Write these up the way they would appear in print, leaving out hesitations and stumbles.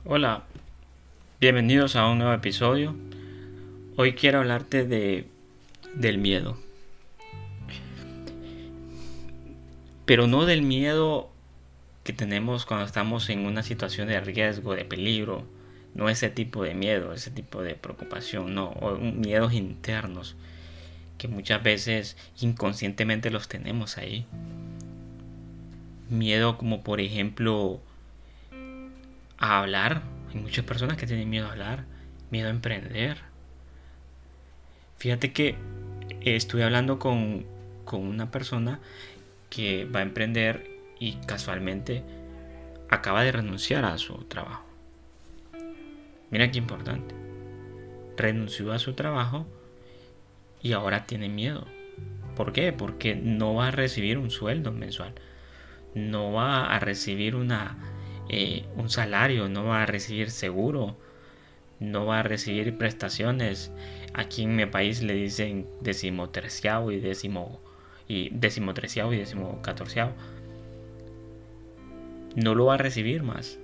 Hola, bienvenidos a un nuevo episodio. Hoy quiero hablarte del miedo, pero no del miedo que tenemos cuando estamos en una situación de riesgo, de peligro, no ese tipo de miedo, ese tipo de preocupación, no, o miedos internos que muchas veces inconscientemente los tenemos ahí. Miedo como por ejemplo a hablar. Hay muchas personas que tienen miedo a hablar, miedo a emprender. Fíjate que estuve hablando con una persona que va a emprender y casualmente acaba de renunciar a su trabajo. Mira qué importante. Renunció a su trabajo y ahora tiene miedo. ¿Por qué? Porque no va a recibir un sueldo mensual. No va a recibir un salario, no va a recibir seguro, no va a recibir prestaciones. Aquí en mi país le dicen decimotreceavo y decimotreceavo y decimocatorceavo. No lo va a recibir más.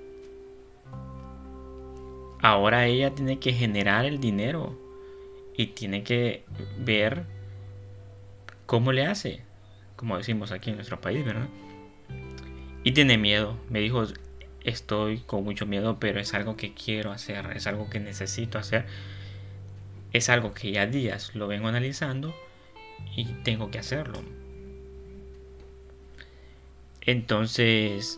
Ahora ella tiene que generar el dinero y tiene que ver cómo le hace, como decimos aquí en nuestro país, ¿verdad? Y tiene miedo. Me dijo, estoy con mucho miedo, pero es algo que quiero hacer, es algo que necesito hacer, es algo que ya días lo vengo analizando y tengo que hacerlo. Entonces,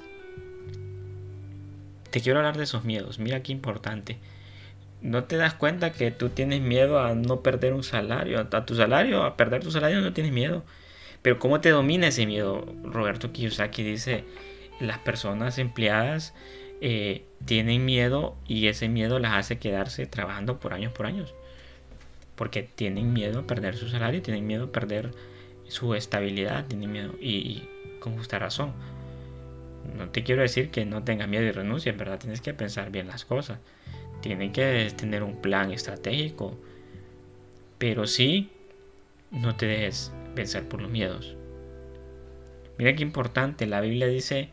te quiero hablar de esos miedos. Mira qué importante. No te das cuenta que tú tienes miedo a no perder un salario, a tu salario, a perder tu salario no tienes miedo. Pero ¿cómo te domina ese miedo? Roberto Kiyosaki dice, las personas empleadas tienen miedo y ese miedo las hace quedarse trabajando por años. Porque tienen miedo a perder su salario, tienen miedo a perder su estabilidad, tienen miedo y con justa razón. No te quiero decir que no tengas miedo y renuncies, ¿verdad? Tienes que pensar bien las cosas. Tienes que tener un plan estratégico. Pero sí, no te dejes vencer por los miedos. Mira qué importante, la Biblia dice,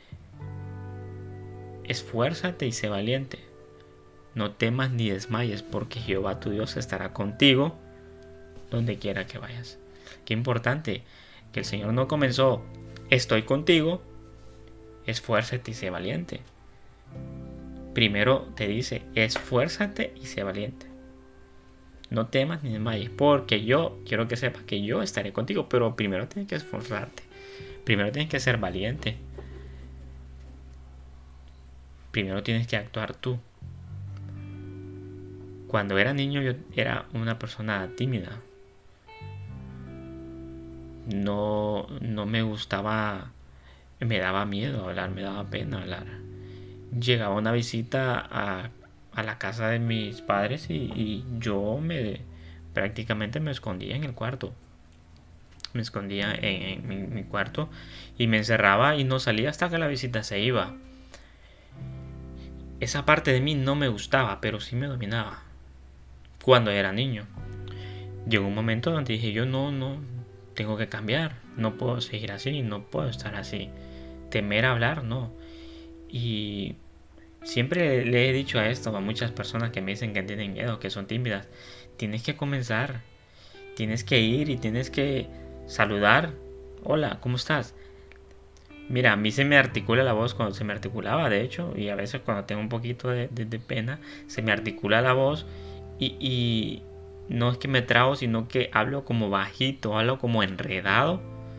esfuérzate y sé valiente. No temas ni desmayes, porque Jehová tu Dios estará contigo donde quiera que vayas. Qué importante que el Señor no comenzó, estoy contigo, esfuérzate y sé valiente. Primero te dice, esfuérzate y sé valiente. No temas ni desmayes, porque yo quiero que sepas que yo estaré contigo, pero primero tienes que esforzarte. Primero tienes que ser valiente. Primero tienes que actuar tú. Cuando era niño yo era una persona tímida. No me gustaba, me daba miedo hablar, me daba pena hablar. Llegaba una visita a la casa de mis padres y yo prácticamente me escondía en el cuarto. Me escondía en mi cuarto y me encerraba y no salía hasta que la visita se iba. Esa parte de mí no me gustaba, pero sí me dominaba cuando era niño. Llegó un momento donde dije yo no, tengo que cambiar, no puedo seguir así, no puedo estar así. Temer a hablar, no. Y siempre le he dicho a esto a muchas personas que me dicen que tienen miedo, que son tímidas. Tienes que comenzar, tienes que ir y tienes que saludar. Hola, ¿cómo estás? Mira, a mí se me articula la voz cuando se me articulaba, de hecho, y a veces cuando tengo un poquito de pena, se me articula la voz y no es que me trabo, sino que hablo como bajito, hablo como enredado,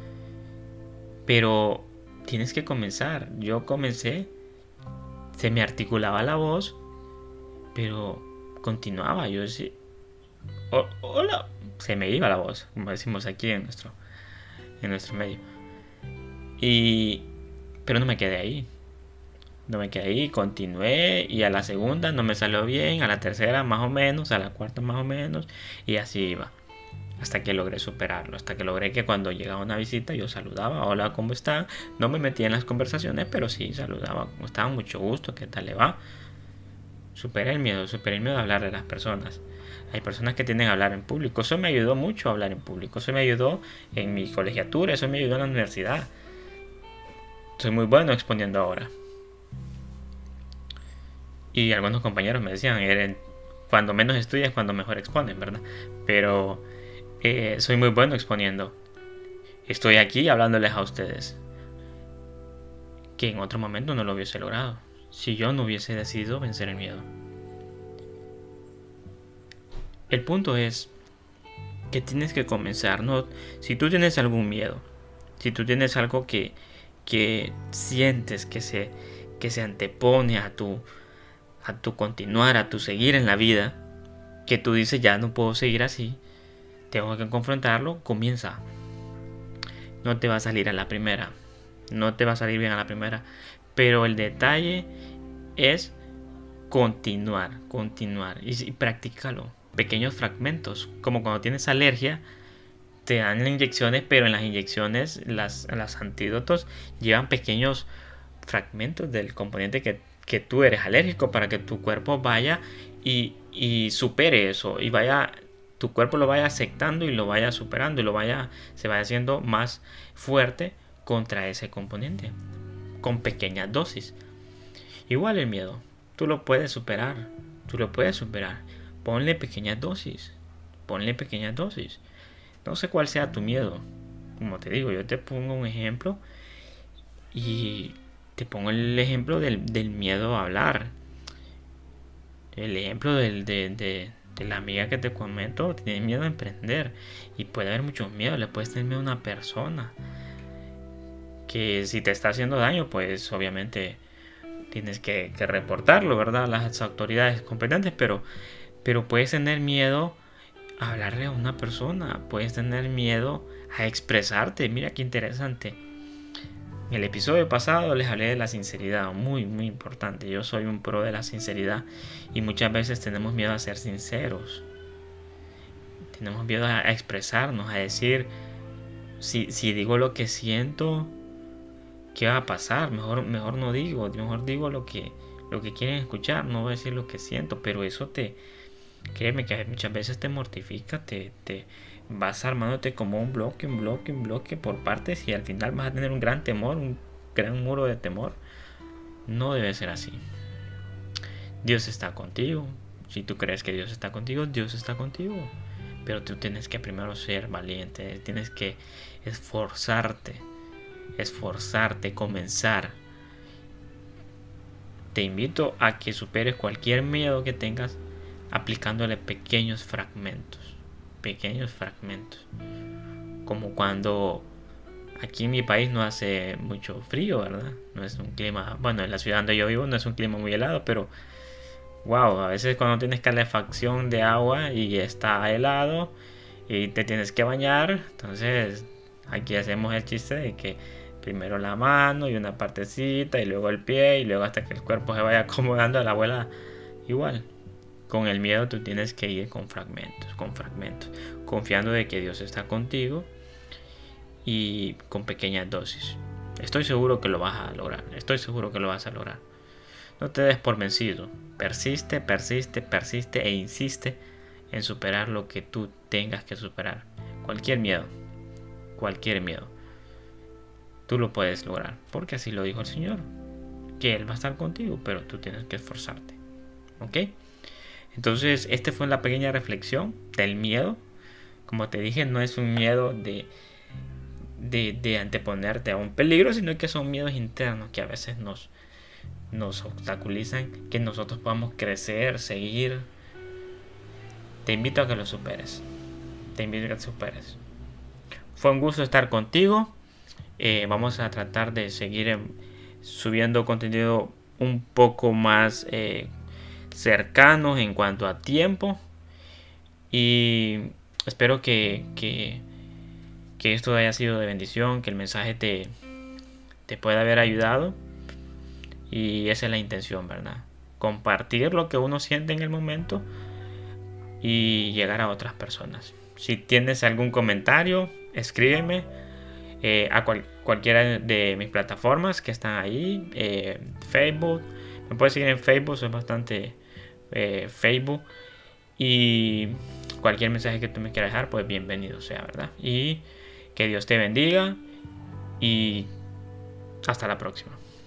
pero tienes que comenzar. Yo comencé, se me articulaba la voz, pero continuaba. Yo decía, hola, se me iba la voz, como decimos aquí en nuestro medio. Y, pero no me quedé ahí. No me quedé ahí, continué y a la segunda no me salió bien, a la tercera más o menos, a la cuarta más o menos y así iba. Hasta que logré superarlo, hasta que logré que cuando llegaba una visita yo saludaba, hola, ¿cómo están? No me metía en las conversaciones, pero sí saludaba, ¿cómo están? Mucho gusto, ¿qué tal le va? Superé el miedo a hablar de las personas. Hay personas que tienden a hablar en público, eso me ayudó mucho a hablar en público, eso me ayudó en mi colegiatura, eso me ayudó en la universidad. Soy muy bueno exponiendo ahora. Y algunos compañeros me decían, cuando menos estudias, cuando mejor expones, ¿verdad? Pero soy muy bueno exponiendo. Estoy aquí hablándoles a ustedes, que en otro momento no lo hubiese logrado, si yo no hubiese decidido vencer el miedo. El punto es que tienes que comenzar, ¿no? Si tú tienes algún miedo, si tú tienes algo que sientes que se antepone a tu continuar, a tu seguir en la vida, que tú dices, ya no puedo seguir así, tengo que confrontarlo, comienza. No te va a salir a la primera, no te va a salir bien a la primera, pero el detalle es continuar y practícalo. Pequeños fragmentos, como cuando tienes alergia, te dan inyecciones, pero en las inyecciones, las antídotos llevan pequeños fragmentos del componente que tú eres alérgico, para que tu cuerpo vaya y supere eso, y vaya, tu cuerpo lo vaya aceptando y lo vaya superando y se vaya haciendo más fuerte contra ese componente, con pequeñas dosis. Igual el miedo, tú lo puedes superar, ponle pequeñas dosis, no sé cuál sea tu miedo. Como te digo, yo te pongo un ejemplo y te pongo el ejemplo del miedo a hablar. El ejemplo de la amiga que te comento, tiene miedo a emprender. Y puede haber muchos miedos. Le puedes tener miedo a una persona que si te está haciendo daño, pues obviamente tienes que reportarlo, ¿verdad? A las autoridades competentes. Pero puedes tener miedo a hablarle a una persona. Puedes tener miedo a expresarte. Mira qué interesante. En el episodio pasado les hablé de la sinceridad, muy muy importante. Yo soy un pro de la sinceridad y muchas veces tenemos miedo a ser sinceros. Tenemos miedo a expresarnos, a decir, si digo lo que siento, ¿qué va a pasar? Mejor no digo, mejor digo lo que quieren escuchar, no voy a decir lo que siento, pero eso créeme que muchas veces te mortifica, te vas armándote como un bloque por partes, y al final vas a tener un gran temor, un gran muro de temor. No debe ser así. Dios está contigo. Si tú crees que Dios está contigo, Dios está contigo. Pero tú tienes que primero ser valiente, tienes que esforzarte, comenzar. Te invito a que superes cualquier miedo que tengas aplicándole pequeños fragmentos. Como cuando aquí en mi país no hace mucho frío, ¿verdad? No es un clima, bueno, en la ciudad donde yo vivo no es un clima muy helado, pero wow, a veces cuando tienes calefacción de agua y está helado y te tienes que bañar, entonces aquí hacemos el chiste de que primero la mano y una partecita y luego el pie y luego hasta que el cuerpo se vaya acomodando a la abuela. Igual, con el miedo tú tienes que ir con fragmentos, confiando de que Dios está contigo y con pequeñas dosis. Estoy seguro que lo vas a lograr, No te des por vencido, persiste e insiste en superar lo que tú tengas que superar. Cualquier miedo, tú lo puedes lograr, porque así lo dijo el Señor, que Él va a estar contigo, pero tú tienes que esforzarte. ¿Ok? Entonces, esta fue la pequeña reflexión del miedo. Como te dije, no es un miedo de anteponerte a un peligro, sino que son miedos internos que a veces nos obstaculizan que nosotros podamos crecer, seguir. Te invito a que lo superes. Fue un gusto estar contigo. Vamos a tratar de seguir subiendo contenido un poco más cercanos en cuanto a tiempo, y espero que esto haya sido de bendición, que el mensaje te pueda haber ayudado, y esa es la intención, ¿verdad? Compartir lo que uno siente en el momento y llegar a otras personas. Si tienes algún comentario, escríbeme a cualquiera de mis plataformas que están ahí. Facebook, me puedes seguir en Facebook, soy bastante Facebook, y cualquier mensaje que tú me quieras dejar, pues bienvenido sea, ¿verdad? Y que Dios te bendiga y hasta la próxima.